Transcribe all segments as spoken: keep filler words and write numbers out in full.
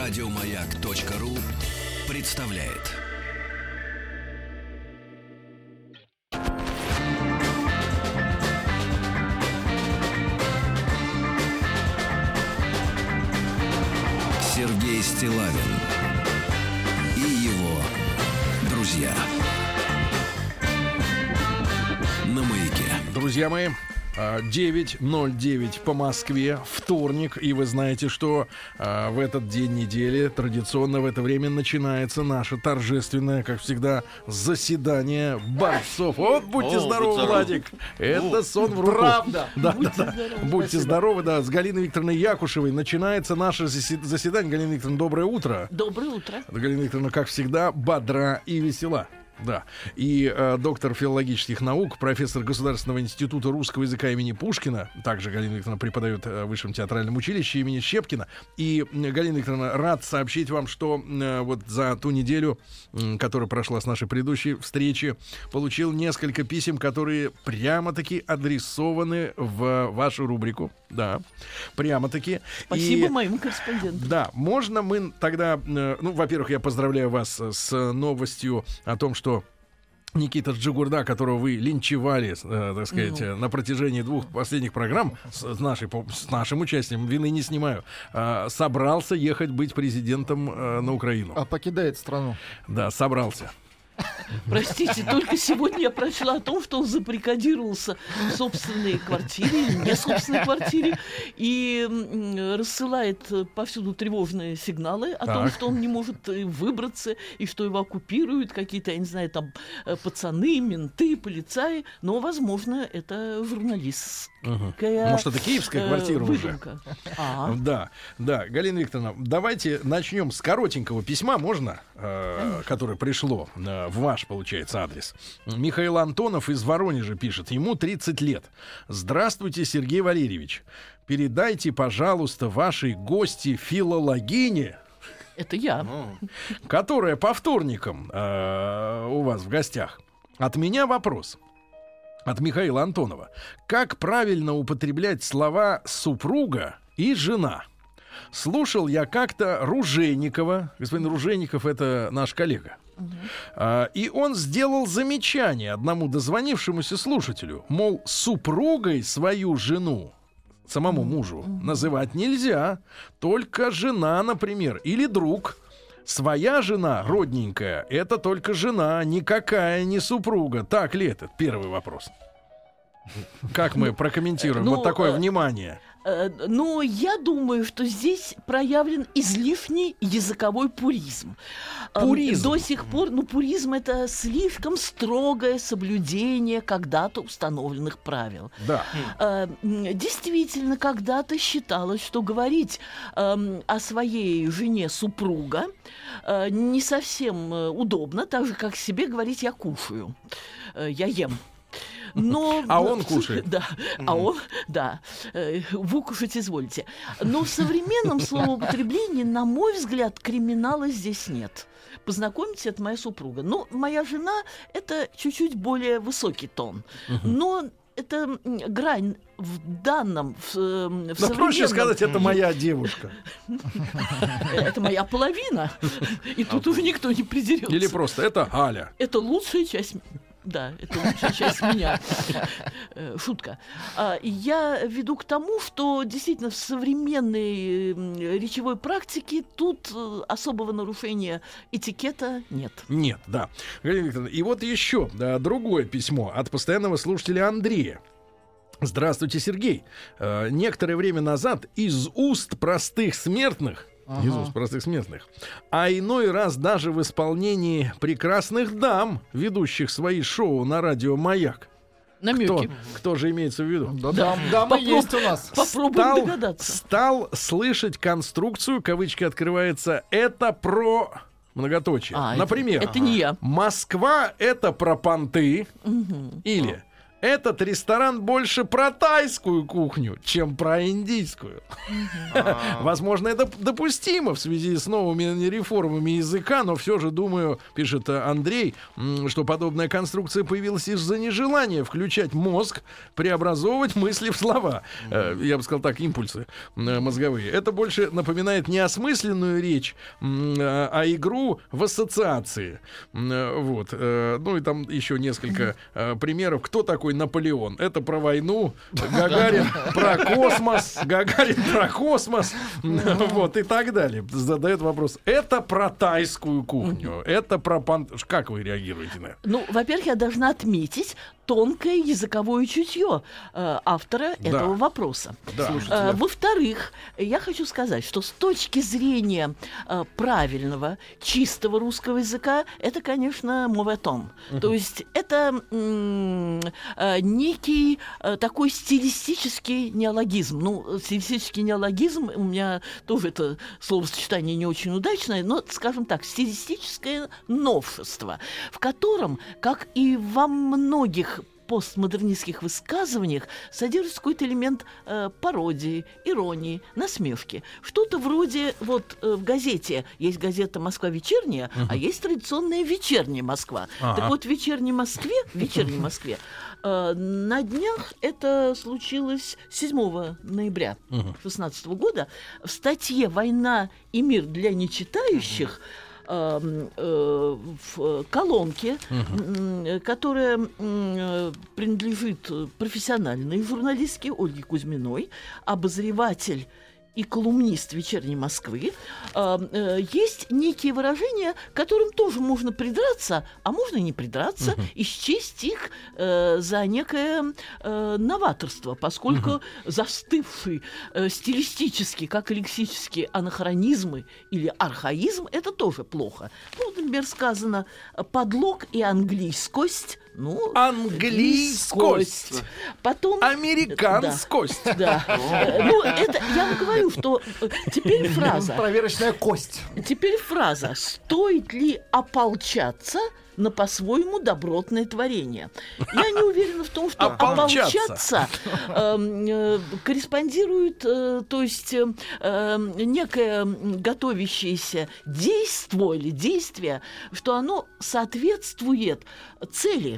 Радиомаяк.ру представляет. Сергей Стиллавин и его друзья на Маяке. Друзья мои, девять ноль девять по Москве, вторник, и вы знаете, что э, в этот день недели традиционно в это время начинается наше торжественное, как всегда, заседание борцов. Вот, будьте О, здоровы, будь Владик. Это О, сон в руку. Правда. Да, будьте да, здоровы. Да. Будьте Спасибо. здоровы, да. С Галиной Викторовной Якушевой начинается наше заседание. Галина Викторовна, доброе утро. Доброе утро. Галина Викторовна, как всегда, бодра и весела. Да. И э, доктор филологических наук, профессор Государственного института русского языка имени Пушкина, также Галина Викторовна преподает в Высшем театральном училище имени Щепкина. И, Галина Викторовна, рад сообщить вам, что э, вот за ту неделю, э, которая прошла с нашей предыдущей встречи, получил несколько писем, которые прямо-таки адресованы в вашу рубрику. Да, прямо-таки. Спасибо и, моим корреспондентам. Да, можно мы тогда... Э, ну, во-первых, я поздравляю вас с новостью о том, что Никита Джигурда, которого вы линчевали, э, так сказать, ну. на протяжении двух последних программ с, с, нашей, с нашим участием, вины не снимаю, э, собрался ехать быть президентом э, на Украину. А покидает страну. Да, собрался. Простите, только сегодня я прочла о том, что он забаррикадировался в собственной квартире, не собственной квартире, и рассылает повсюду тревожные сигналы о так. том, что он не может выбраться, и что его оккупируют какие-то, я не знаю, там, пацаны, менты, полицаи, но, возможно, это журналист. Угу. Может, это киевская квартира выдумка. уже? А. Да, да. Галина Викторовна, давайте начнем с коротенького письма, можно, э, которое пришло э, в ваш, получается, адрес. Михаил Антонов из Воронежа пишет. Ему тридцать лет. Здравствуйте, Сергей Валерьевич. Передайте, пожалуйста, вашей гости филологине, это я, которая по вторникам э, у вас в гостях. От меня вопрос. От Михаила Антонова. Как правильно употреблять слова «супруга» и «жена»? Слушал я как-то Ружейникова. Господин Ружейников — это наш коллега. Uh-huh. а, И он сделал замечание одному дозвонившемуся слушателю. Мол, супругой свою жену, самому мужу, uh-huh. называть нельзя. Только жена, например, или друг. Своя жена, родненькая, это только жена, никакая не супруга. Так ли это? Первый вопрос. Как мы прокомментируем ну, вот такое э, внимание? Э, ну, я думаю, что здесь проявлен излишний языковой пуризм. Пуризм? До сих пор, ну, пуризм — это слишком строгое соблюдение когда-то установленных правил. Да. Э, действительно, когда-то считалось, что говорить э, о своей жене супруга э, не совсем удобно, так же, как себе говорить «я кушаю», э, «я ем». Но, а он кушает. Да, mm-hmm. а он, да, вы кушать извольте. Но в современном словоупотреблении, на мой взгляд, криминала здесь нет. Познакомьтесь, это моя супруга. Ну, моя жена — это чуть-чуть более высокий тон. Mm-hmm. Но это грань в данном, в, в да современном... проще сказать, это моя девушка. Это моя половина. И тут уже никто не придерется. Или просто это Галя. Это лучшая часть... Да, это лучшая часть меня. Шутка. Я веду к тому, что действительно в современной речевой практике тут особого нарушения этикета нет. Нет, да. Галина Викторовна, и вот еще да, другое письмо от постоянного слушателя Андрея. Здравствуйте, Сергей. Некоторое время назад из уст простых смертных Ага. Из уст простых смертных. А иной раз даже в исполнении прекрасных дам, ведущих свои шоу на радио «Маяк». Намеки. Кто, кто же имеется в виду? Да, да, дамы Попроб... есть у нас. Попробуем стал, догадаться. Стал слышать конструкцию, кавычки открывается, это про... Многоточие. А, Например, это, это не я. Москва — это про понты. Угу. Или этот ресторан больше про тайскую кухню, чем про индийскую. Возможно, это допустимо в связи с новыми реформами языка, но все же думаю, пишет Андрей, что подобная конструкция появилась из-за нежелания включать мозг, преобразовывать мысли в слова. Я бы сказал так, импульсы мозговые. Это больше напоминает не осмысленную речь, а игру в ассоциации. Вот. Ну и там еще несколько примеров. Кто такой Наполеон? Это про войну. Гагарин про космос. Гагарин про космос. Вот и так далее. Задает вопрос. Это про тайскую кухню. Это про пан... Как вы реагируете на это? Ну, во-первых, я должна отметить тонкое языковое чутье э, автора да. этого вопроса. Да. Э, во-вторых, я хочу сказать, что с точки зрения э, правильного, чистого русского языка, это, конечно, mauvais ton. Uh-huh. То есть это м- э, некий э, такой стилистический неологизм. Ну, стилистический неологизм, у меня тоже это словосочетание не очень удачное, но, скажем так, стилистическое новшество, в котором, как и во многих постмодернистских высказываниях содержится какой-то элемент э, пародии, иронии, насмешки. Что-то вроде, вот э, в газете, есть газета «Москва вечерняя», uh-huh. а есть традиционная «Вечерняя Москва». Uh-huh. Так вот, в «Вечерней Москве», в «Вечерней Москве» э, на днях это случилось седьмого ноября две тысячи шестнадцатого года в статье «Война и мир для нечитающих» uh-huh. в колонке, uh-huh. которая принадлежит профессиональной журналистке Ольге Кузьминой, обозреватель и колумнист «Вечерней Москвы», э, есть некие выражения, к которым тоже можно придраться, а можно и не придраться, uh-huh. и счесть их э, за некое э, новаторство, поскольку uh-huh. застывший э, стилистически, как и лексические анахронизмы или архаизм, это тоже плохо. Ну, например, сказано «подлог и английскость». Ну, английскость. Потом американскость. Да. да. Ну, это я вам говорю, что теперь фраза. Проверочная кость. Теперь фраза. Стоит ли ополчаться на по-своему добротное творение? Я не уверена в том, что ополчаться, ополчаться э, э, корреспондирует, э, то есть э, некое готовящееся действо или действие, что оно соответствует цели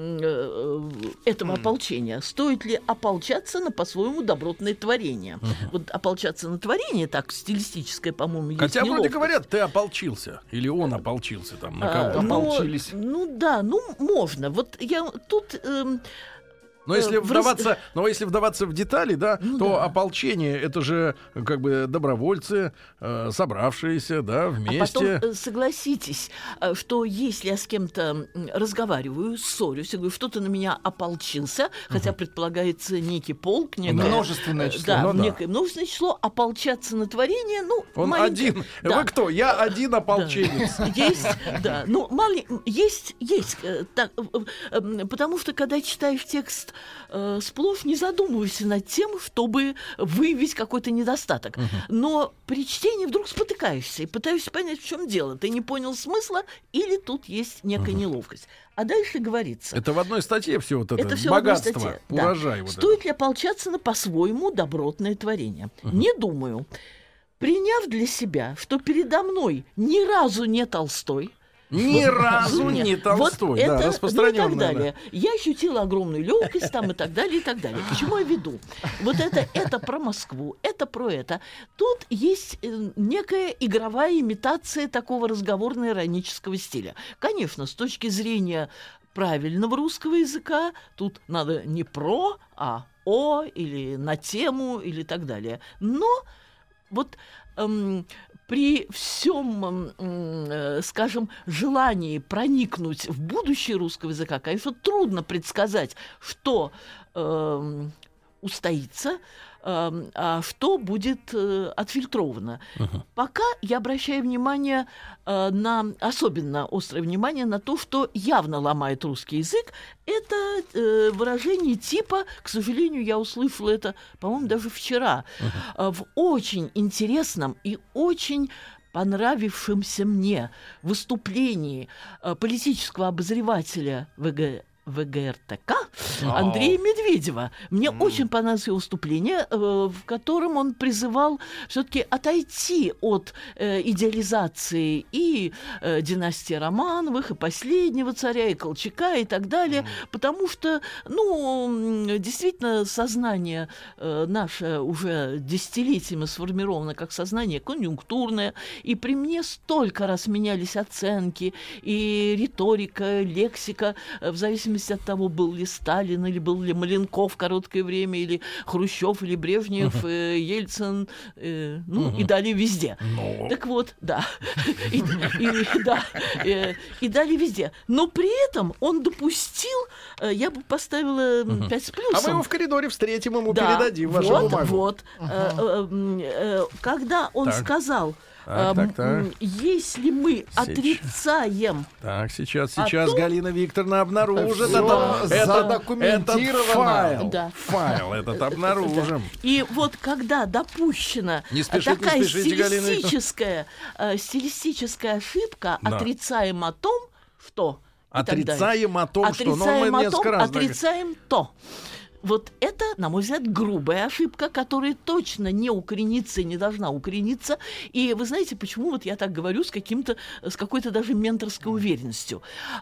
этого ополчения. Стоит ли ополчаться на по-своему добротное творение? Uh-huh. Вот ополчаться на творение, так, стилистическое, по-моему, есть Хотя неловкость. вроде говорят, ты ополчился. Или он ополчился там на кого-то. А, но, ополчились. Ну да, ну можно. Вот я тут... Эм, Но если, вдаваться, но если вдаваться в детали, да, ну, то да. ополчение — это же как бы добровольцы, э, собравшиеся, да, вместе. А потом согласитесь, что если я с кем-то разговариваю, ссорюсь, я говорю, что ты на меня ополчился, uh-huh. хотя предполагается некий полк, некое... Множественное число. Да, ну, некое да. множественное число, ополчаться на творение, ну... Он маленький... один. Да. Вы кто? Я один ополченец. Да. Есть, да. Ну, мали... есть, есть. Так, потому что, когда читаешь текст сплошь, не задумывайся над тем, чтобы выявить какой-то недостаток. Uh-huh. Но при чтении вдруг спотыкаешься и пытаешься понять, в чем дело. Ты не понял смысла или тут есть некая uh-huh. неловкость. А дальше говорится... Это в одной статье все вот это, это все богатство, статье. урожай. Да. Вот Стоит это. ли ополчаться на по-своему добротное творение? Uh-huh. Не думаю. Приняв для себя, что передо мной ни разу не Толстой, Ни вот, разу нет. не Толстой, вот да, это, распространенное. Ну и так далее. Да. Я ощутила огромную легкость там и так далее, и так далее. К чему я веду? Вот это, это про Москву, это про это. Тут есть некая игровая имитация такого разговорно-иронического стиля. Конечно, с точки зрения правильного русского языка, тут надо не про, а о, или на тему, или так далее. Но вот... Эм, при всем, э, скажем, желании проникнуть в будущее русского языка, конечно, трудно предсказать, что э, устоится, э, а что будет э, отфильтровано. Uh-huh. Пока я обращаю внимание э, на, особенно острое внимание на то, что явно ломает русский язык. Это э, выражение типа, к сожалению, я услышала это, по-моему, даже вчера, uh-huh. э, в очень интересном и очень понравившемся мне выступлении э, политического обозревателя вэ гэ вэ гэ эр тэ ка Андрея Медведева. Мне mm. очень понравилось его выступление, э, в котором он призывал все-таки отойти от э, идеализации и э, династии Романовых, и последнего царя, и Колчака, и так далее, mm. потому что, ну, действительно, сознание э, наше уже десятилетиями сформировано как сознание конъюнктурное, и при мне столько раз менялись оценки, и риторика, лексика, в зависимости от того, был ли Сталин, или был ли Маленков короткое время, или Хрущев, или Брежнев, э, Ельцин, э, ну, uh-huh. и далее везде. No. Так вот, да. И, и, да э, и далее везде. Но при этом он допустил, э, я бы поставила uh-huh. пять с плюсом. А мы его в коридоре встретим, ему да, передадим вот, вашу бумагу. Вот, uh-huh. э, э, э, когда он так. сказал... Так, так, так. Если мы сейчас. отрицаем... Так, сейчас, сейчас а Галина Викторовна обнаружит это, этот, этот файл. Да. Файл этот обнаружим. Да. И вот когда допущена не спешите, такая не спешите, стилистическая, э, стилистическая ошибка, да. отрицаем о том, что... Отрицаем о том, отрицаем что... Но мы о том, раз отрицаем то. Вот это, на мой взгляд, грубая ошибка, которая точно не укоренится и не должна укорениться. И вы знаете, почему вот я так говорю с каким-то, с какой-то даже менторской уверенностью?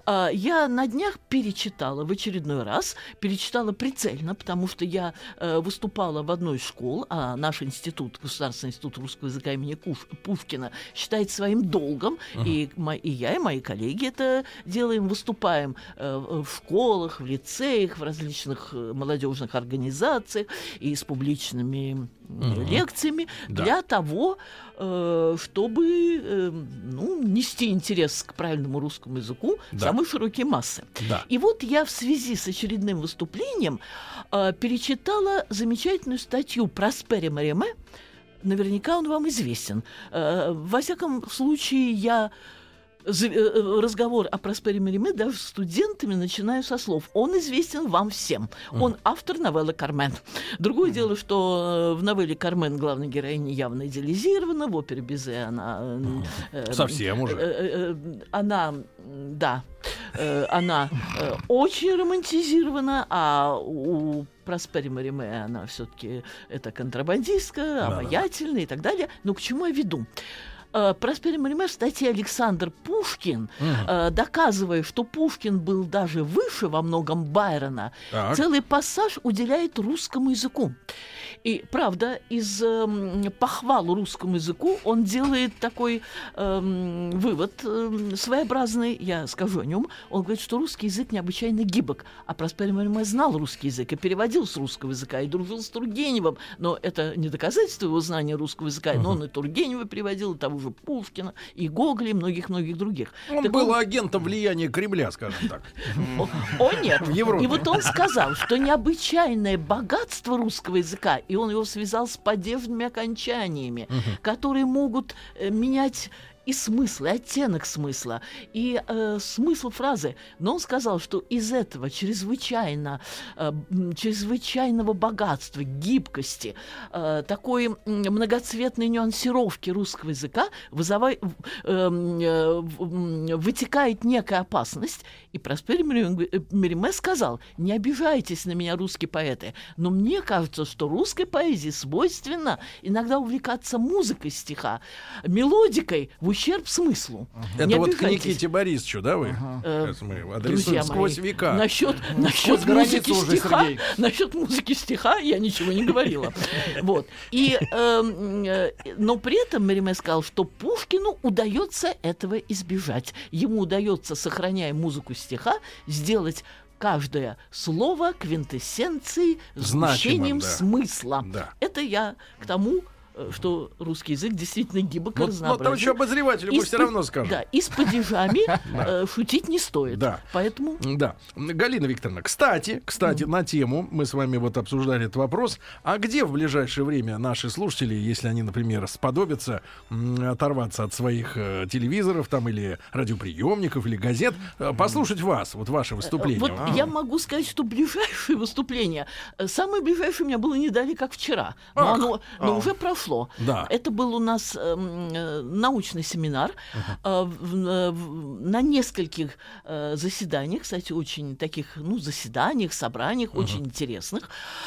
Я на днях перечитала в очередной раз, перечитала прицельно, потому что я выступала в одной из школ, а наш институт, Государственный институт русского языка имени Пушкина, считает своим долгом, uh-huh. и, и я, и мои коллеги это делаем, выступаем в школах, в лицеях, в различных молодежных организациях и с публичными uh-huh. лекциями да. для того, э, чтобы э, ну, нести интерес к правильному русскому языку в да. самые широкие массы. Да. И вот я в связи с очередным выступлением э, перечитала замечательную статью Проспери Мериме. Наверняка он вам известен. Э, во всяком случае, я... разговор о Проспери Мериме даже с студентами начинаю со слов. Он известен вам всем. Он автор новеллы «Кармен». Другое дело, что в новелле «Кармен» главная героиня явно идеализирована, в опере «Бизе» она... Совсем уже. Она, да, она очень романтизирована, а у Проспери Мериме она все-таки это контрабандистка, обаятельная и так далее. Но к чему я веду? Проспери Мериме в статье Александр Пушкин, uh-huh. доказывая, что Пушкин был даже выше во многом Байрона, так. целый пассаж уделяет русскому языку. И, правда, из э, похвал русскому языку он делает такой э, вывод э, своеобразный, я скажу о нем. Он говорит, что русский язык необычайно гибок. А Проспери Мериме знал русский язык и переводил с русского языка, и дружил с Тургеневым. Но это не доказательство его знания русского языка, uh-huh. но он и Тургенева переводил, и того же Пушкина, и Гоголя, и многих-многих других. Он так был он... агентом влияния Кремля, скажем так. О, о нет. И вот он сказал, что необычайное богатство русского языка, и он его связал с падежными окончаниями, которые могут менять и смысл, и оттенок смысла, и э, смысл фразы. Но он сказал, что из этого чрезвычайно, э, чрезвычайного богатства, гибкости, э, такой многоцветной нюансировки русского языка вызывает, э, э, вытекает некая опасность. И Проспери Мериме сказал: не обижайтесь на меня, русские поэты, но мне кажется, что русской поэзии свойственно иногда увлекаться музыкой стиха, мелодикой в ущерб смыслу. Это не вот к Никите Борисовичу, да, вы? Ага. Мы адресуем сквозь мои, века. Насчет, насчет музыки стиха, насчет музыки стиха я ничего не говорила. Вот. И, э, но при этом Мериме сказал, что Пушкину удается этого избежать. Ему удается, сохраняя музыку стиха, сделать каждое слово квинтэссенцией, сгущением да. смысла. Да. Это я к тому, что русский язык действительно гибок и разнообразен. Но там еще обозревателю мы все равно скажем. Да, и с падежами шутить не стоит. Да. Поэтому... Да. Галина Викторовна, кстати, кстати, на тему, мы с вами вот обсуждали этот вопрос, а где в ближайшее время наши слушатели, если они, например, сподобятся оторваться от своих телевизоров там или радиоприемников, или газет, послушать вас, вот ваше выступление? Вот я могу сказать, что ближайшее выступление, самое ближайшее у меня было не далее, как вчера. Но оно но уже прошло. прошло. Да. Это был у нас э, э, научный семинар uh-huh. э, в, э, в, на нескольких э, заседаниях, кстати, очень таких, ну, заседаниях, собраниях, uh-huh. очень интересных.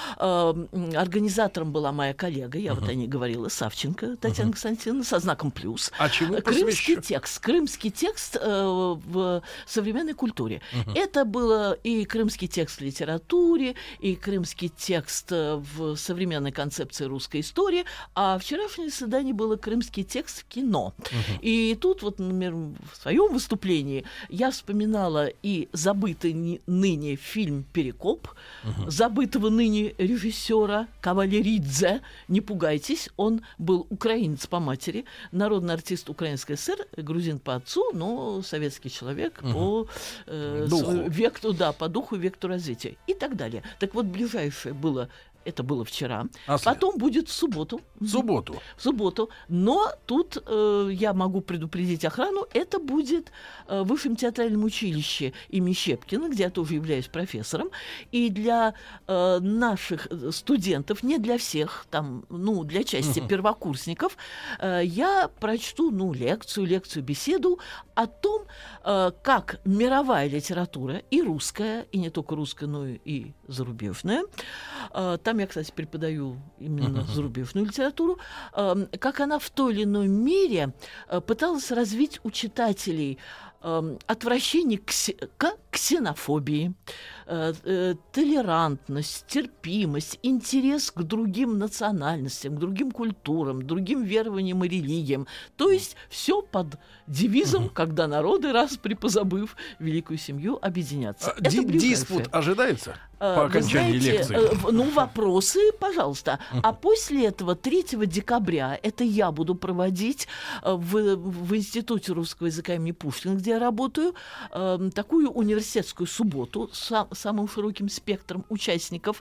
Э, организатором была моя коллега, я uh-huh. вот о ней говорила, Савченко Татьяна uh-huh. Константиновна, со знаком плюс. А чему Крымский посвящен? текст. Крымский текст э, в современной культуре. Uh-huh. Это было и крымский текст в литературе, и крымский текст в современной концепции русской истории, а вчерашнее заседание было крымский текст в кино. Uh-huh. И тут вот, например, в своем выступлении я вспоминала и забытый ныне фильм «Перекоп», uh-huh. забытого ныне режиссера Кавалеридзе. Не пугайтесь, он был украинец по матери, народный артист Украинской ССР, грузин по отцу, но советский человек uh-huh. по э, духу. вектору, да, по духу, вектору развития и так далее. Так вот, ближайшее было, это было вчера, а потом будет в субботу. В субботу. В субботу. Но тут э, я могу предупредить охрану, это будет э, в Высшем театральном училище имени Щепкина, где я тоже являюсь профессором, и для э, наших студентов, не для всех, там, ну, для части uh-huh. первокурсников, э, я прочту, ну, лекцию, лекцию, беседу о том, э, как мировая литература, и русская, и не только русская, но и зарубежная, э, там я, кстати, преподаю именно uh-huh. зарубежную литературу, э, как она в той или иной мере э, пыталась развить у читателей э, отвращение к, к ксенофобии, э, э, толерантность, терпимость, интерес к другим национальностям, к другим культурам, другим верованиям и религиям. То есть все под девизом, uh-huh. когда народы, раз припозабыв великую семью, объединятся. А, ди- диспут ожидается? По окончании знаете, лекции. Ну, вопросы, пожалуйста. Uh-huh. А после этого, третьего декабря, это я буду проводить в, в Институте русского языка имени Пушкина, где я работаю, такую университетскую субботу с самым широким спектром участников,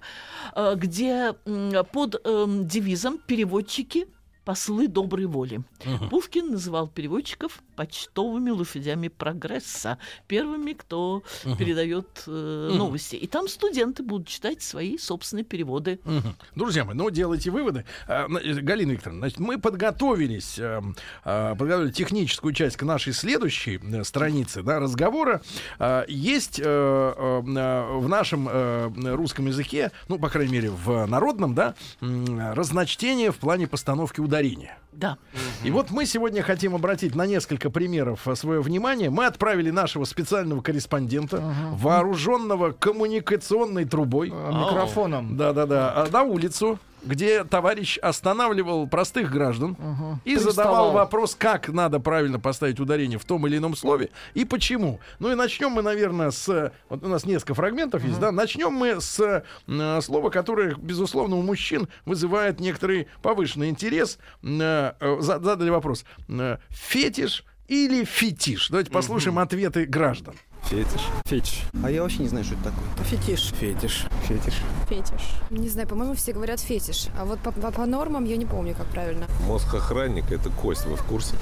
где под девизом «Переводчики, послы доброй воли». Uh-huh. Пушкин называл переводчиков почтовыми лошадями прогресса, первыми, кто uh-huh. передает э, uh-huh. новости. И там студенты будут читать свои собственные переводы. Uh-huh. Друзья мои, ну делайте выводы. А, Галина Викторовна, значит, мы подготовились, а, а, подготовили техническую часть к нашей следующей а, странице, да, разговора. А, есть а, а, в нашем а, русском языке, ну, по крайней мере, в народном, да, разночтение в плане постановки ударения. Да. И вот мы сегодня хотим обратить на несколько примеров свое внимание. Мы отправили нашего специального корреспондента, uh-huh. вооруженного коммуникационной трубой, микрофоном, да-да-да, на улицу, где товарищ останавливал простых граждан uh-huh. и Приставал. задавал вопрос, как надо правильно поставить ударение в том или ином слове и почему. Ну и начнем мы, наверное, с... Вот у нас несколько фрагментов uh-huh. есть, да? Начнем мы с э, слова, которое, безусловно, у мужчин вызывает некоторый повышенный интерес. Э, э, задали вопрос. Э, фетиш или фетиш? Давайте послушаем uh-huh. ответы граждан. Фетиш. Фетиш. А я вообще не знаю, что это такое. Фетиш. Фетиш. Фетиш. Фетиш. Не знаю, по-моему, все говорят фетиш. А вот по, по, по нормам я не помню, как правильно. Мозг охранника — это кость, вы в курсе?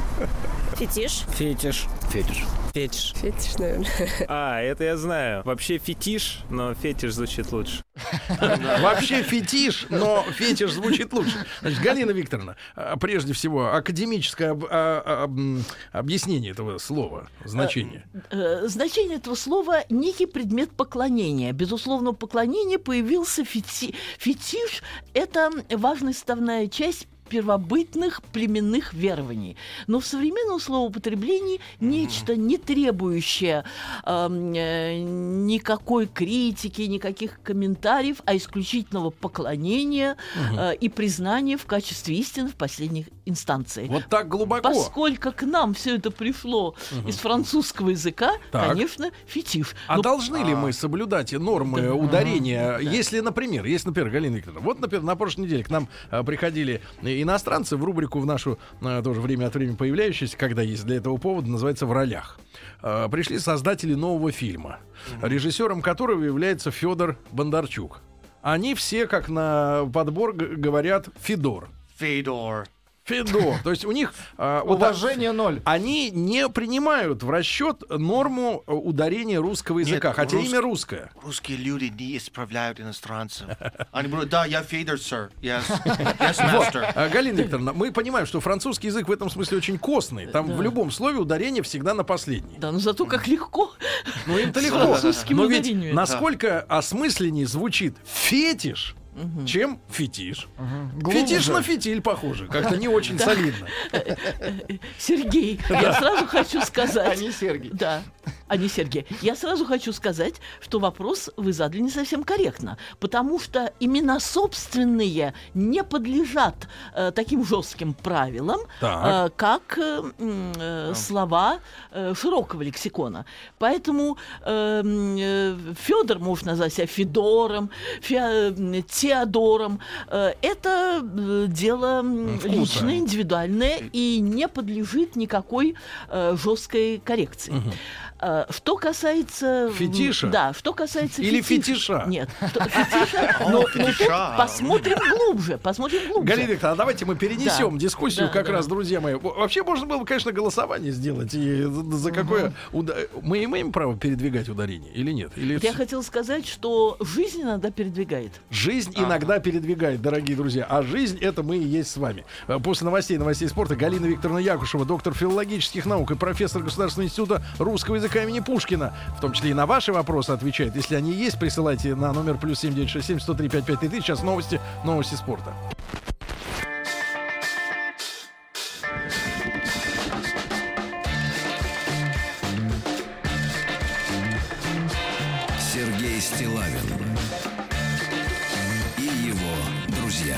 Фетиш. Фетиш. Фетиш. Фетиш. Фетиш, наверное. А, это я знаю. Вообще фетиш, но фетиш звучит лучше. Вообще фетиш, но фетиш звучит лучше. Значит, Галина Викторовна, прежде всего, академическое об, а, а, объяснение этого слова, значение. Значение этого слова — некий предмет поклонения. Безусловно, поклонение появился фети... фетиш. Это важная составная часть первобытных племенных верований. Но в современном словоупотреблении нечто, не требующее э, никакой критики, никаких комментариев, а исключительного поклонения э, и признания в качестве истины в последних инстанциях. Вот так глубоко. Поскольку к нам все это пришло из французского языка, так. конечно, фетиш. А Но... должны ли мы соблюдать нормы Да. ударения? Да. Если, например, если, например, Галина Викторовна, вот, например, на прошлой неделе к нам а, приходили иностранцы в рубрику в нашу, а, тоже время от времени появляющуюся, когда есть для этого повод, называется «В ролях». А, пришли создатели нового фильма, mm-hmm. режиссером которого является Федор Бондарчук. Они все, как на подбор, г- говорят «Федор». Федор. Федор. То есть у них... а, вот, Уважение ноль. они не принимают в расчет норму ударения русского языка, Нет, хотя рус- имя русское. Русские люди не исправляют иностранцев. Они говорят, да, я Федор, sir. Yes, yes, master. А, Галина Викторовна, мы понимаем, что французский язык в этом смысле очень костный. Там Да. в любом слове ударение всегда на последний. Да, но зато как легко. Ну им-то С легко. французским Но ведь ударением. насколько осмысленнее звучит фетиш, чем фетиш. Глубже. Фетиш на фитиль похоже. Как-то не очень солидно. Сергей, я сразу хочу А сказать... не Сергей. Да, а не Сергей. Я сразу хочу сказать, что вопрос вы задали не совсем корректно, потому что имена собственные не подлежат э, таким жестким правилам, Так. э, как э, м, э, слова э, широкого лексикона. Поэтому Федор может назвать себя Федором, Фе- э, Теодором. Э, это э, дело м, Вкуса. личное, индивидуальное и не подлежит никакой э, жесткой коррекции. Э, Что касается... м, Фетиша? Да, что касается Или фетиш- фетиша? Нет, что- фетиша. О, Но но фетиша. тут посмотрим глубже, посмотрим глубже. Галина Викторовна, а давайте мы перенесем Да. дискуссию Да, как да. раз, друзья мои. Во- Вообще можно было бы, конечно, голосование сделать. И за, за какое уда- мы имеем право передвигать ударение или нет? Или Вот я хотела сказать, что жизнь иногда передвигает. жизнь иногда передвигает, дорогие друзья. А жизнь — это мы и есть с вами. Э, После новостей, новостей спорта Галина Викторовна Якушева, доктор филологических наук и профессор Государственного института русского языка имени Пушкина. В том числе и на ваши вопросы отвечает. Если они есть, присылайте на номер плюс семь девять шесть семь сто три пять пять три. Сейчас новости, новости спорта. Сергей Стиллавин и его друзья.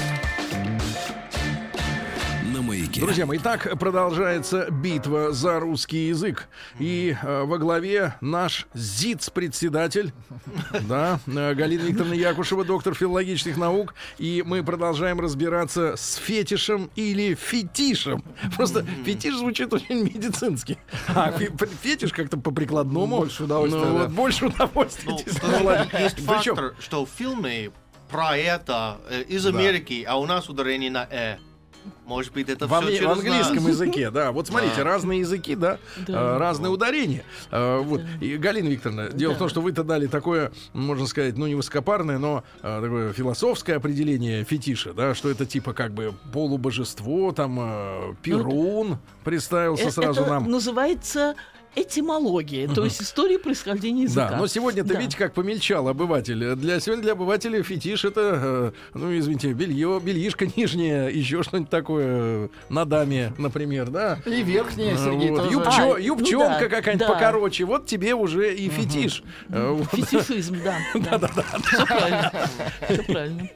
На маяке. Друзья мои, итак, продолжается битва за русский язык. И э, во главе наш ЗИЦ-председатель, да, э, Галина Викторовна Якушева, доктор филологических наук. И мы продолжаем разбираться с фетишем или фетишем. Просто фетиш звучит очень медицински. А фе- фетиш как-то по-прикладному. Больше удовольствия, Ну, да. вот, больше удовольствия. Ну, действительно, ладно. есть Причем- фактор, что в фильме про это э, из Америки, а у нас ударение на «э». Может быть, это В, все ане- через в английском нас. языке, да. Вот смотрите, Да. разные языки, да, Да. э, разные ударения. Э, вот. И, Галина Викторовна, дело в том, что вы-то дали такое, можно сказать, ну, не высокопарное, но э, такое философское определение фетиша, да, что это типа как бы полубожество, там, э, Перун представился Э, сразу это нам. называется этимология, то есть история происхождения языка. Да, но сегодня-то, Да. видите, как помельчал обыватель. Для, сегодня для обывателя фетиш — это, э, ну, извините, белье, бельишко нижнее, еще что-нибудь такое э, на даме, например, да? И верхняя, Сергей, Вот. тоже. Юбчо- А, юбчонка ну да, какая-нибудь да. покороче. Вот тебе уже и фетиш. Э, вот. Фетишизм, да. Да-да-да. Все правильно. Все правильно.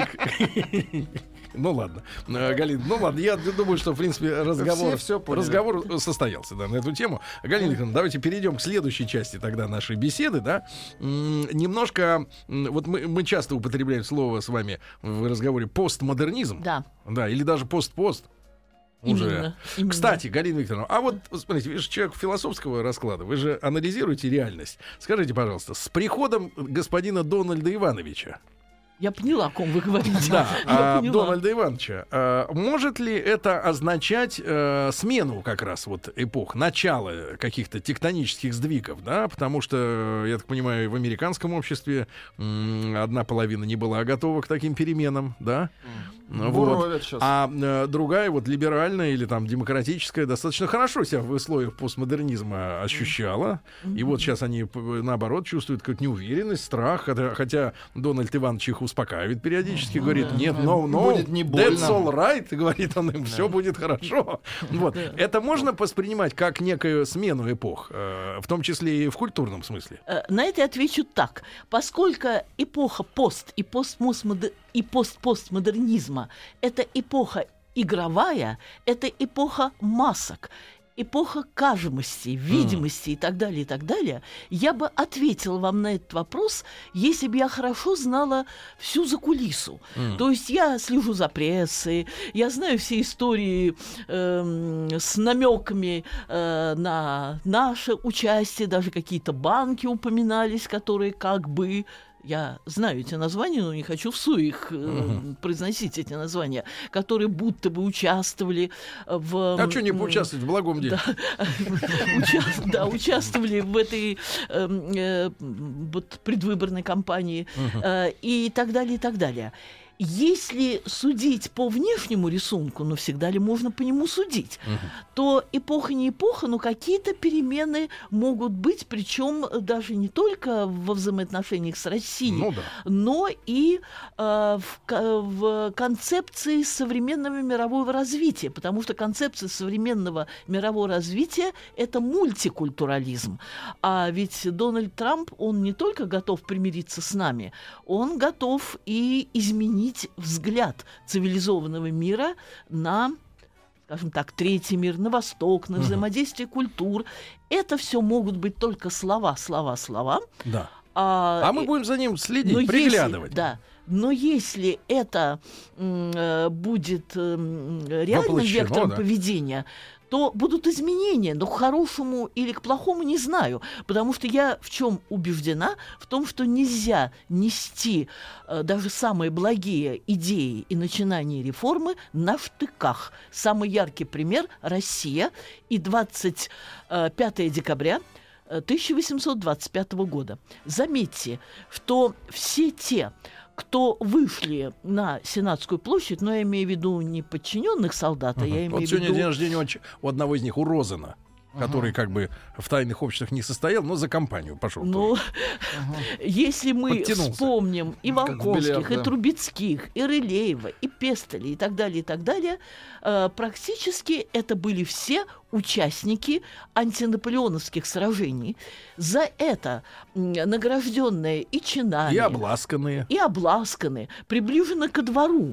Ну ладно, Э, Галина, ну ладно, я думаю, что в принципе разговор, Все всё поняли. разговор состоялся, да, на эту тему. Галина Викторовна, давайте перейдем к следующей части тогда нашей беседы, да. М, Немножко, м, вот мы, мы часто употребляем слово с вами в разговоре постмодернизм, Да, да, или даже постпост. Уже. именно. именно. Кстати, Галина Викторовна, а вот, вот смотрите, вы же человек философского расклада, вы же анализируете реальность. Скажите, пожалуйста, с приходом господина Дональда Ивановича, Я поняла, о ком вы говорите. да, Я а, поняла. Дональда Ивановича, а, может ли это означать э, смену как раз вот эпох, начало каких-то тектонических сдвигов, да, потому что, я так понимаю, в американском обществе м, одна половина не была готова к таким переменам, да, Ну, вот. Буровят щас. А э, другая, вот либеральная или там демократическая, достаточно хорошо себя в условиях постмодернизма ощущала. И вот сейчас они, п- наоборот, чувствуют какую-то неуверенность, страх. Хотя, хотя Дональд Иванович их успокаивает периодически, говорит, нет, no, no, Будет не больно. that's all right, говорит он им, все будет хорошо. Вот. Это можно воспринимать как некую смену эпох, э, в том числе и в культурном смысле. Э, На это я отвечу так. Поскольку эпоха пост и постмосмодер- и постпостмодернизма — это эпоха игровая, это эпоха масок, эпоха кажемости, видимости и так далее, и так далее, я бы ответила вам на этот вопрос, если бы я хорошо знала всю закулису. Mm. То есть я слежу за прессой, я знаю все истории эм, с намеками э, на наше участие, даже какие-то банки упоминались, которые как бы я знаю эти названия, но не хочу всуе их э, угу. произносить, эти названия, которые будто бы участвовали в... А что не поучаствовать в благом деле? Да, участвовали в этой предвыборной кампании и так далее, и так далее. Если судить по внешнему рисунку, ну всегда ли можно по нему судить, угу. то эпоха не эпоха, но какие-то перемены могут быть, причем даже не только во взаимоотношениях с Россией, ну, да. но и э, в, в концепции современного мирового развития, потому что концепция современного мирового развития – это мультикультурализм. А ведь Дональд Трамп, он не только готов примириться с нами, он готов и изменить взгляд цивилизованного мира на, скажем так, третий мир, на Восток, на взаимодействие угу. культур. Это все могут быть только слова, слова, слова. Да. А, а мы будем за ним следить, приглядывать. Если, да. Но если это э, будет э, реальным Воплощено, вектором да. поведения, то будут изменения, но к хорошему или к плохому не знаю, потому что я в чем убеждена? В том, что нельзя нести э, даже самые благие идеи и начинания реформы на штыках. Самый яркий пример – Россия и двадцать пятого декабря тысяча восемьсот двадцать пятого года. Заметьте, что все те, кто вышли на Сенатскую площадь, но я имею в виду не подчиненных солдат, а uh-huh. я имею вот в виду... сегодня день рождения у, у одного из них, у Розена, uh-huh. который как бы в тайных обществах не состоял, но за компанию пошел. Ну, uh-huh. если мы вспомним и Волковских, и Трубецких, и Рылеева, и Пестеля, и так далее, и так далее, э, практически это были все участники антинаполеоновских сражений, за это награжденные и чинами, и обласканные, и обласканные, приближены ко двору.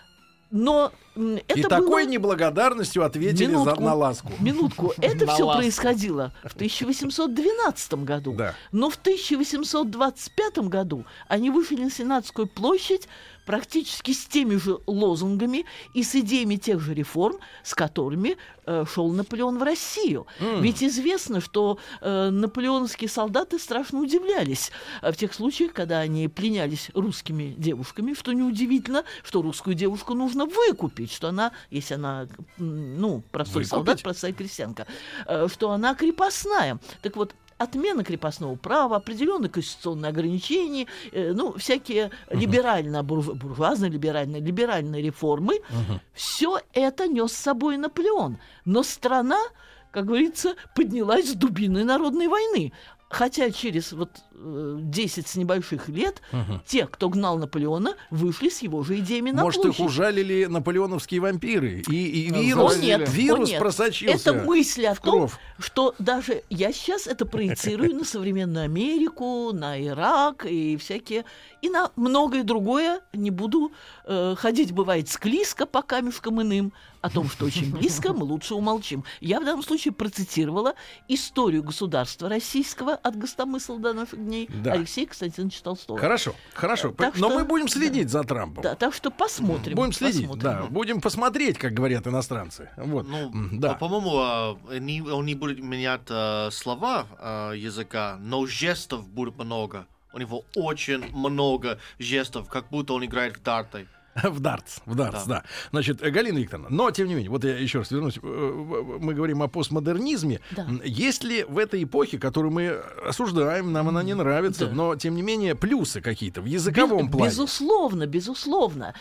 Но это и было... такой неблагодарностью ответили минутку, за, на ласку. Минутку. Это все происходило в тысяча восемьсот двенадцатом году. Да. Но в тысяча восемьсот двадцать пятом году они вышли на Сенатскую площадь практически с теми же лозунгами и с идеями тех же реформ, с которыми э, шел Наполеон в Россию. Mm. Ведь известно, что э, наполеоновские солдаты страшно удивлялись в тех случаях, когда они пленялись русскими девушками, что неудивительно, что русскую девушку нужно выкупить, что она, если она, ну, простой Выкупить? солдат, простая крестьянка, э, что она крепостная. Так вот, отмена крепостного права, определенные конституционные ограничения, э, ну, всякие uh-huh. либерально-буржуазные, либеральные, либеральные реформы, uh-huh. все это нес с собой Наполеон. Но страна, как говорится, поднялась с дубиной народной войны. Хотя через вот десять с небольших лет угу. те, кто гнал Наполеона, вышли с его же идеями на Может, площадь. их ужалили наполеоновские вампиры, и, и вирус, о, нет, вирус о, нет. просочился. Это мысль о том, что даже я сейчас это проецирую на современную Америку, на Ирак и всякие, и на многое другое. Не буду э, ходить, бывает, склизко по камешкам иным. О том, что очень близко, мы лучше умолчим. Я в данном случае процитировала историю государства российского от Гостомысла до наших дней да. Алексея Константиновича Толстого. Хорошо, хорошо. Так Но что, мы будем следить да, за Трампом. Да, так что посмотрим. Будем следить, посмотрим. да. Будем посмотреть, как говорят иностранцы. Вот. Ну, да. По-моему, не, он не будет менять uh, слова uh, языка, но жестов будет много. У него очень много жестов, как будто он играет в дарты. В дартс, в дартс, да. да. Значит, Галина Викторовна, но, тем не менее, вот я еще раз вернусь, мы говорим о постмодернизме. Да. Есть ли в этой эпохе, которую мы осуждаем, нам она не нравится, да. но, тем не менее, плюсы какие-то в языковом Без, плане? Безусловно, безусловно.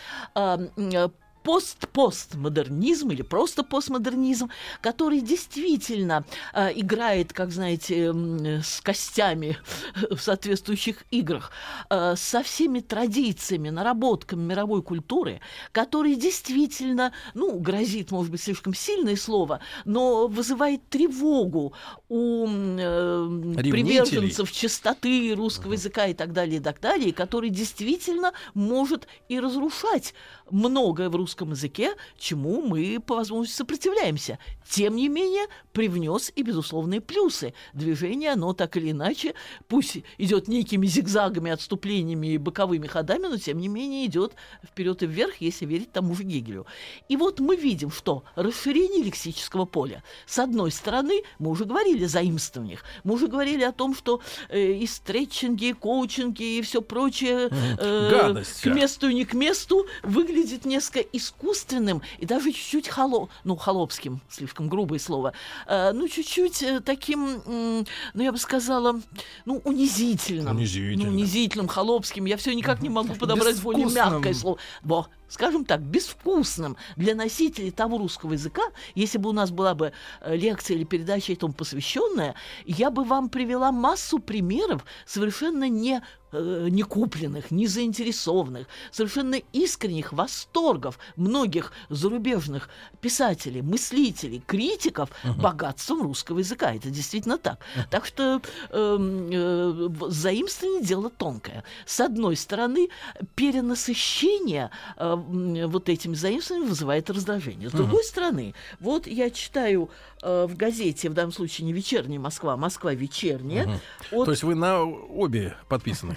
Пост-постмодернизм или просто постмодернизм, который действительно э, играет, как знаете, э, с костями в соответствующих играх, э, со всеми традициями, наработками мировой культуры, который действительно, ну, грозит, может быть, слишком сильное слово, но вызывает тревогу у э, приверженцев чистоты русского uh-huh. языка и так далее, и так далее, который действительно может и разрушать многое в русском русском языке, чему мы по возможности сопротивляемся. Тем не менее, привнес и безусловные плюсы. Движение, оно так или иначе, пусть идет некими зигзагами, отступлениями и боковыми ходами, но тем не менее идет вперед и вверх, если верить тому же Гегелю. И вот мы видим, что расширение лексического поля. С одной стороны, мы уже говорили о заимствованиях, мы уже говорили о том, что э, и стретчинги, и коучинги, и все прочее э, Гадость. к месту и не к месту выглядит несколько искусственным и даже чуть-чуть холо... ну, холопским, слишком грубое слово, э, ну, чуть-чуть э, таким, э, ну, я бы сказала, ну, унизительным. Унизительным. Ну, унизительным, холопским. Я все никак не могу подобрать более мягкое слово. Во, скажем так, безвкусным для носителей того русского языка. Если бы у нас была бы э, лекция или передача этому посвященная, я бы вам привела массу примеров совершенно не не купленных, не заинтересованных, совершенно искренних восторгов многих зарубежных писателей, мыслителей, критиков uh-huh. богатством русского языка. Это действительно так. Uh-huh. Так что э, э, заимствование дело тонкое. С одной стороны, перенасыщение э, вот этим заимствованием вызывает раздражение. С другой uh-huh. стороны, вот я читаю э, в газете, в данном случае не «Вечерняя Москва», а «Москва вечерняя». Uh-huh. От... То есть вы на обе подписаны?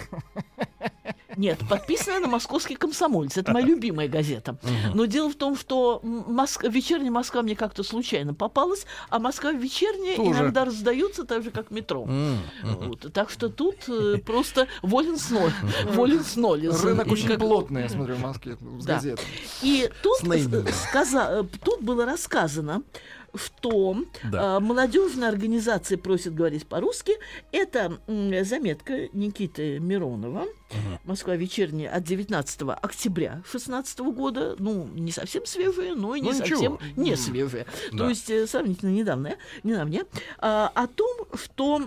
Нет, подписана на «Московский комсомолец». Это моя любимая газета. Но дело в том, что Моск... «Вечерняя Москва» мне как-то случайно попалась, а «Москва вечерняя» тоже иногда раздаются так же, как «Метро». Вот. Так что тут э, просто волен с ноль. Волен с ноль. Рынок очень как... плотный, я смотрю, в Москве с да. газетами. И тут, сказа... тут было рассказано, что да. э, молодежная организация просит говорить по-русски. Это м, заметка Никиты Миронова, uh-huh. «Москва вечерняя» от девятнадцатого октября шестнадцатого года. Ну, не совсем свежая, но и не ну, совсем ничего. не свежая. Да. То есть э, сравнительно недавняя. недавняя а, о том, что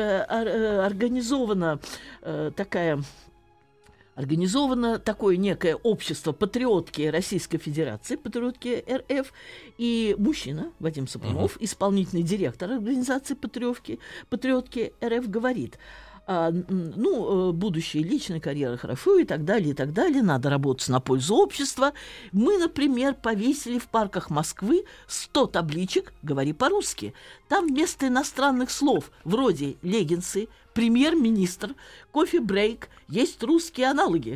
э, организована э, такая... Организовано такое некое общество патриотки Российской Федерации, патриотки эр эф, и мужчина Вадим Сапунов, uh-huh. исполнительный директор организации патриотки, патриотки эр эф, говорит: а, ну, будущее, личная карьера хорошо и так далее, и так далее, надо работать на пользу общества. Мы, например, повесили в парках Москвы сто табличек «Говори по-русски». Там вместо иностранных слов вроде леггинсы, премьер-министр, кофе-брейк, есть русские аналоги.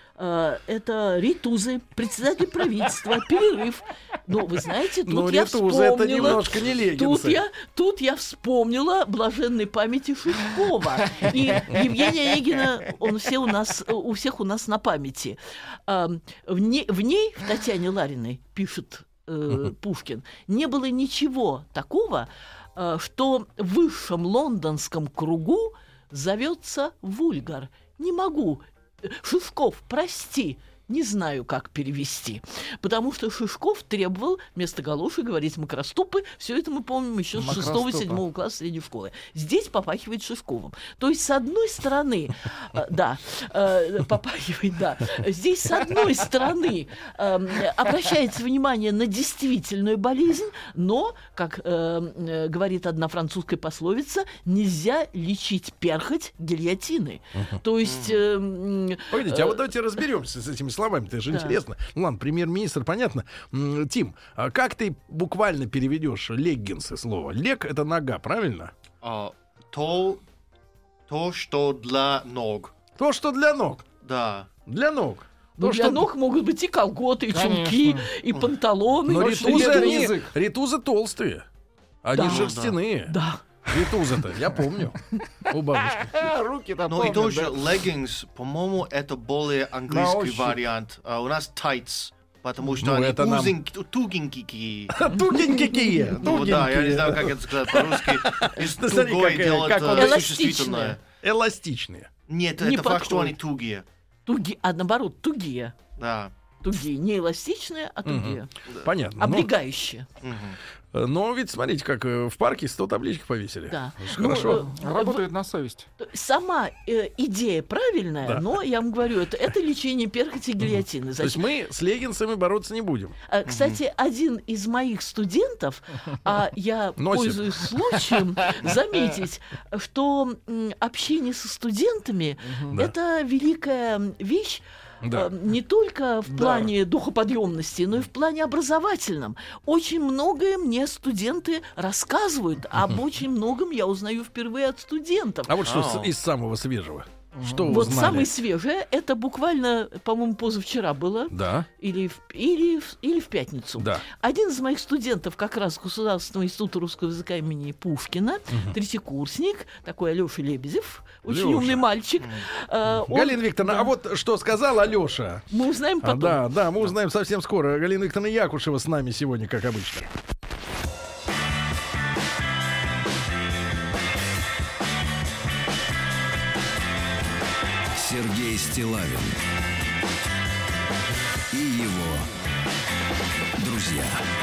Это ритузы, председатель правительства, перерыв. Ну, вы знаете, тут Но я ритузы вспомнила... это немножко не леггинсы. Тут я, тут я вспомнила блаженной памяти Шишкова. И Евгения Онегина, он все у нас, у всех у нас на памяти. В ней, в, ней, в Татьяне Лариной, пишет э, Пушкин, не было ничего такого, э, что в высшем лондонском кругу зовется вульгар. Не могу. Шишков, прости, не знаю, как перевести. Потому что Шишков требовал вместо галоши говорить макроступы. Все это мы помним еще с шестого-седьмого класса средней школы. Здесь попахивает Шишковым. То есть, с одной стороны, да, попахивает, да. Здесь, с одной стороны, обращается внимание на действительную болезнь, но, как говорит одна французская пословица, нельзя лечить перхоть гильотины. То есть... Погодите, а вот давайте разберемся с этими словами, это же да. интересно. Ну ладно, премьер-министр, понятно. Тим, а как ты буквально переведешь леггинсы слово? Лег — это нога, правильно? А, то, то, что для ног. То, что для ног? Да. Для ног. Ну, то, для что... ног могут быть и колготы, и чулки, и панталоны. Но и ритузы, они, ритузы толстые. Они да, шерстяные. Да. Ритузы-то, я помню, у бабушки. Руки-то Ну и тоже leggings, по-моему, это более английский вариант. Uh, у нас tights, потому что ну, они нам... узенькие, тугенькие. Тугенькие. Ну да, я не знаю, как это сказать по-русски. Из тугой делать существительное. Эластичные. Нет, это факт, что они тугие. Тугие, а наоборот, тугие. Да. Тугие, не эластичные, а тугие. Понятно. Облегающие. Но ведь, смотрите, как в парке сто табличек повесили. Да. Хорошо. Ну, работает на совесть. Сама э, идея правильная, да. но, я вам говорю, это, это лечение перхоти и гильотины. То есть мы с леггинсами бороться не будем. А, кстати, один из моих студентов, а я Носит. пользуюсь случаем заметить, что м, общение со студентами — это великая вещь, Да. Не только в Да. плане духоподъемности, но и в плане образовательном. Очень многое мне студенты рассказывают. Об очень многом я узнаю впервые от студентов. А вот что Ау. с- из самого свежего? Что Вот узнали? самое свежее, это буквально, по-моему, позавчера было. Да, Или в, или, в, или в пятницу. да. Один из моих студентов как раз Государственного института русского языка имени Пушкина, третьекурсник, такой Алёша Лебедев, очень Лёша. умный мальчик. Э, он- Галина Викторовна, а вот что сказал Алёша? Мы узнаем А, потом. да, да, мы узнаем совсем скоро. Галина Викторовна Якушева с нами сегодня, как обычно. Сергей Стиллавин и его друзья.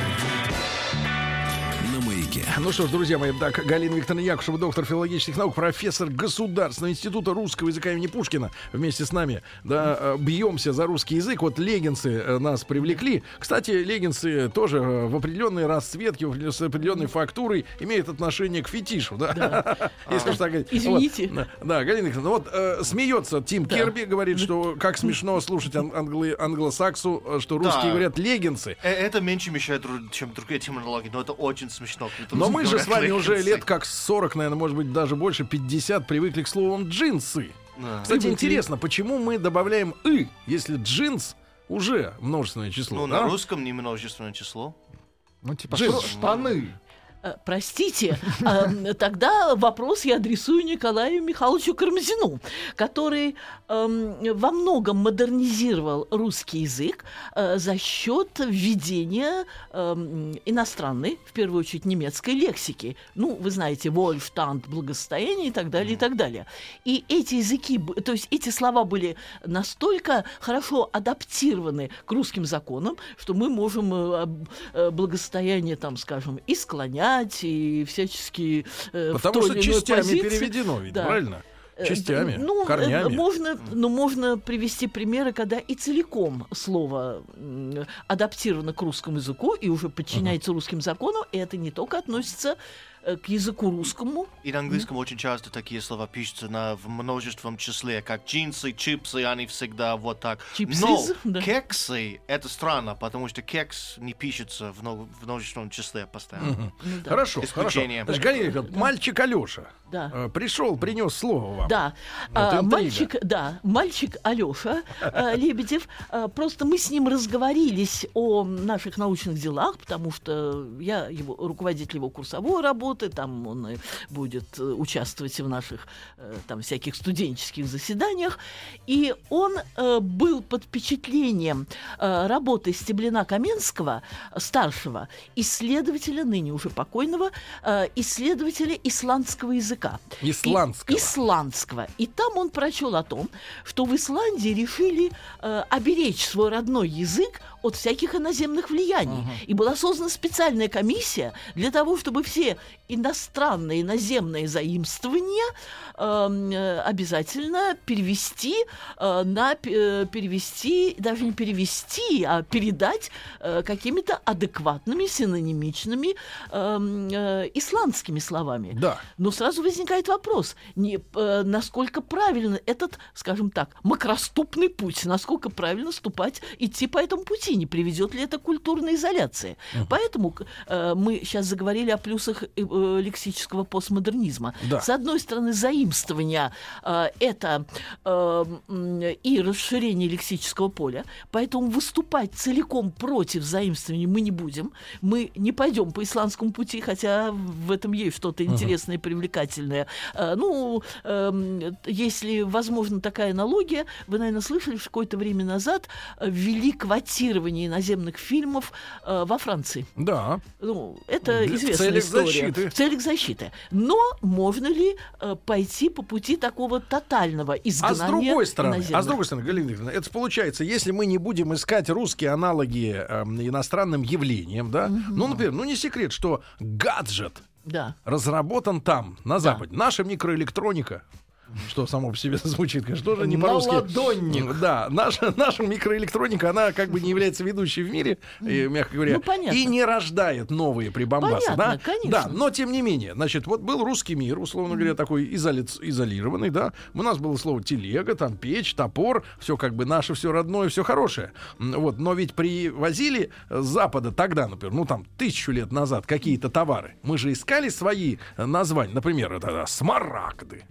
На маяке. Ну что ж, друзья мои, так, Галина Викторовна Якушева, доктор филологических наук, профессор Государственного института русского языка имени Пушкина, вместе с нами, да, э, бьемся за русский язык. Вот леггинсы э, нас привлекли. Кстати, леггинсы тоже э, в определенной расцветке, в- с определенной фактурой имеют отношение к фетишу, да? Если уж так говорить. Извините. Вот. Да, Галина Викторовна, вот э, смеется Тим Да. Керби, говорит, что как смешно слушать ан- англо- англосаксу, э, что русские Да. говорят леггинсы. Э, Это меньше мешает, дру- чем другие терминологии, но это очень смешно. когда Но русские мы же говорят с вами уже леггинсы. лет как сорок, наверное, может быть, даже больше, пятьдесят, привыкли к словам джинсы. Да. Кстати, Привыкли. интересно, почему мы добавляем «ы», если джинс уже множественное число? Ну, да? на русском не множественное число. Ну, типа, Джинсы. штро- штаны. Э, Простите, э, тогда вопрос я адресую Николаю Михайловичу Карамзину, который эм, во многом модернизировал русский язык э, за счет введения эм, иностранной, в первую очередь немецкой лексики. Ну, вы знаете, Wohlstand, благосостояние и так далее, и так далее. И эти языки, б- то есть эти слова были настолько хорошо адаптированы к русским законам, что мы можем э, об- э, благосостояние, там, скажем, и склонять, и всячески э, в Потому той что или иной частями позиции. переведено, ведь, Да. правильно? Э, Частями, ну, э, корнями. Можно, ну, можно привести примеры, когда и целиком слово м, адаптировано к русскому языку и уже подчиняется русским законам, и это не только относится э, к языку русскому. И на английском очень часто такие слова пишутся на, в множественном числе, как джинсы, чипсы, они всегда вот так. Чипсы, Но да. кексы — это странно, потому что кекс не пишется в, мно- в множественном числе постоянно. Ну, да. Хорошо, хорошо. Исключение. Значит, Галина Викторовна, мальчик Алёша Да. э, пришел, принес слово вам. Да, Вот А, интрига. мальчик, да, мальчик Алёша э, Лебедев. э, Просто мы с ним разговорились о наших научных делах, потому что я его руководитель его курсовой работы, там он и будет э, участвовать в наших э, там всяких студенческих заседаниях, и он э, был под впечатлением э, работы Стеблина Каменского, э, старшего исследователя, ныне уже покойного, э, исследователя исландского языка. Исландского. И- исландского. И там он прочел о том, что в Исландии решили э, оберечь свой родной язык от всяких иноземных влияний. И была создана специальная комиссия для того, чтобы все иностранные, иноземные заимствования э, э, обязательно перевести э, на э, перевести, даже не перевести, а передать э, какими-то адекватными, синонимичными э, э, исландскими словами. Да. Но сразу возникает вопрос, не, э, насколько правильно этот, скажем так, макроступный путь, насколько правильно ступать, идти по этому пути, не приведет ли это к культурной изоляции. Поэтому к- э, мы сейчас заговорили о плюсах э, э, лексического постмодернизма. Да. С одной стороны, заимствование э, это э, м, и расширение лексического поля, поэтому выступать целиком против заимствования мы не будем. Мы не пойдем по исландскому пути, хотя в этом есть что-то интересное и привлекательное. Э, ну, эм, если возможно такая аналогия, вы, наверное, слышали, что какое-то время назад э, ввели квотирование иноземных фильмов э, во Франции. Да. Ну, это В известная целях история. защиты. В целях защиты. Но можно ли э, пойти по пути такого тотального А изгнания с другой стороны, иноземных? а с другой стороны, Галина Викторовна, это получается, если мы не будем искать русские аналоги эм, иностранным явлениям, да, ну, например, ну не секрет, что гаджет Да. разработан там, на Западе. Наша микроэлектроника что само по себе звучит, конечно, тоже не На по-русски. ладонник. Да, наша, наша микроэлектроника, она как бы не является ведущей в мире, и, мягко говоря, Ну, понятно. и не рождает новые прибамбасы. Понятно, Да? конечно. Да, но тем не менее, значит, вот был русский мир, условно говоря, такой изоли- изолированный, да. У нас было слово телега, там печь, топор, все как бы наше, все родное, все хорошее. М, Вот, но ведь привозили с Запада тогда, например, ну там тысячу лет назад какие-то товары. Мы же искали свои э, названия, например, это да, смарагды.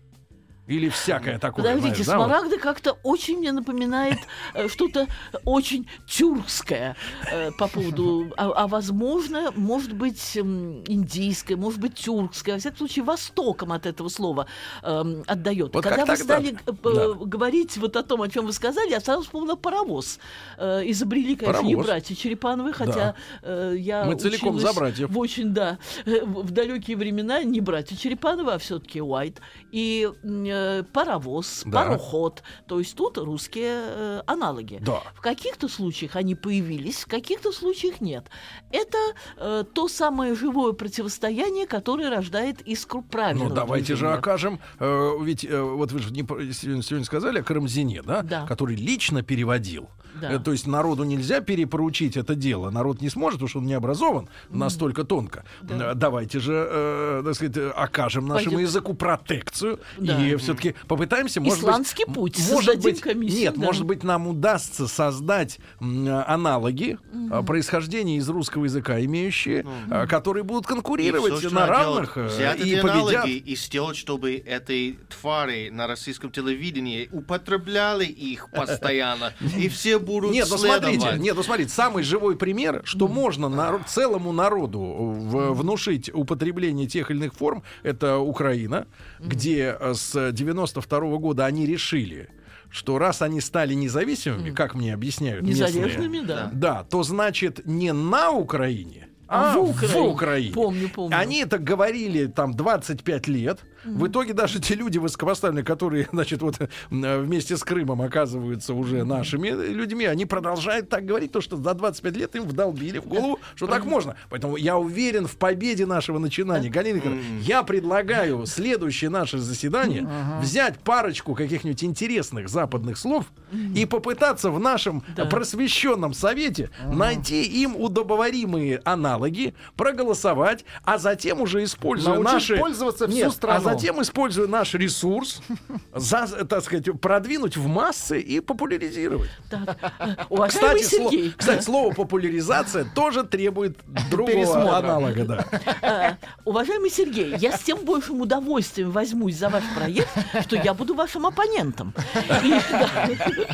Или всякое такое. Подождите, знаешь, да, вот. смарагды как-то очень мне напоминает э, что-то очень тюркское э, по поводу, а, а возможно, может быть, м, индийское, может быть, тюркское, во всяком случае, востоком от этого слова э, отдает. Вот Когда как вы тогда? стали э, Да. говорить вот о том, о чем вы сказали, я сразу вспомнила паровоз. Э, изобрели, конечно, не Паровоз. братья Черепановы, хотя э, я Мы целиком училась за братьев. в очень, да, э, в в далекие времена не братья Черепановы, а все-таки Уайт. И м, э, паровоз, Да. пароход. То есть тут русские э, аналоги. Да. В каких-то случаях они появились, в каких-то случаях нет. Это э, то самое живое противостояние, которое рождает искру правильного Ну, давайте же движения. окажем. э, ведь э, вот вы же не, про- сегодня, сегодня сказали о Карамзине, да? Да. Который лично переводил. Да. Э, то есть народу нельзя перепоручить это дело. Народ не сможет, потому что он не образован настолько тонко. Да. Э, Давайте же, э, так сказать, э, окажем нашему Пойдем. языку протекцию. Да. И все-таки попытаемся, может Исландский быть... путь. Может Создадим быть, комиссию, нет, да. может быть, нам удастся создать м, аналоги э, происхождения из русского языка, имеющие, э, которые будут конкурировать всё, что на надо равных делать, э, взять и эти победят. аналоги и сделать, чтобы этой твари на российском телевидении употребляли их постоянно, и все будут Нет, ну следовать. смотрите, нет, ну смотрите, самый живой пример, что можно народ- целому народу в- внушить употребление тех или иных форм, это Украина, где э, с девяносто второго года они решили, что раз они стали независимыми, как мне объясняют местные, Незалежными, да. да, то значит не на Украине, А а в в Украине. Украине. Помню, помню. Они это говорили там двадцать пять лет. В итоге даже те люди высокопоставленные, которые, значит, вот э, вместе с Крымом оказываются уже нашими людьми, они продолжают так говорить, то, что за двадцать пять лет им вдолбили в голову, что так можно. Поэтому я уверен в победе нашего начинания. Галина Викторовна, я предлагаю следующее наше заседание взять парочку каких-нибудь интересных западных слов и попытаться в нашем Да. просвещенном совете найти им удобоваримые аналоги, проголосовать, а затем уже используя Научить наши... пользоваться всю Нет, страну. а затем, используя наш ресурс, за, так сказать, продвинуть в массы и популяризировать. Так. Э, Уважаемый Кстати, сло- Сергей, кстати, слово популяризация тоже требует другого Пересмотра. аналога, да. э, уважаемый Сергей, я с тем большим удовольствием возьмусь за ваш проект, что я буду вашим оппонентом. И, да.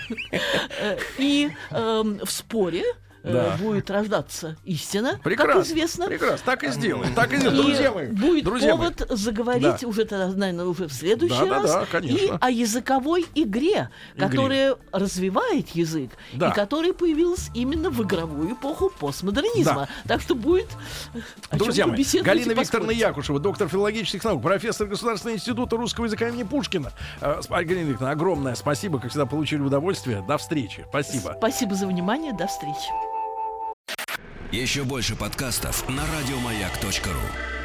Э, и, эм, в споре э, Да. будет рождаться истина, Прекрасно. как известно. Прекрасно. Так и сделаем. Так и сделаем. И Друзья мои. будет друзья мои. повод заговорить Да. уже тогда, наверное, уже в следующий Да, да, раз да, конечно. и о языковой игре, которая развивает язык Да. и которая появилась именно в игровую эпоху постмодернизма. Так что будет о Друзья чем мои, побеседовать Галина и Викторовна поспорить. Якушева, доктор филологических наук, профессор Государственного института русского языка имени Пушкина. Э, сп- Галина Викторовна, огромное спасибо, как всегда, получили удовольствие. До встречи. Спасибо. Спасибо за внимание, до встречи. Еще больше подкастов на радиомаяк точка ру.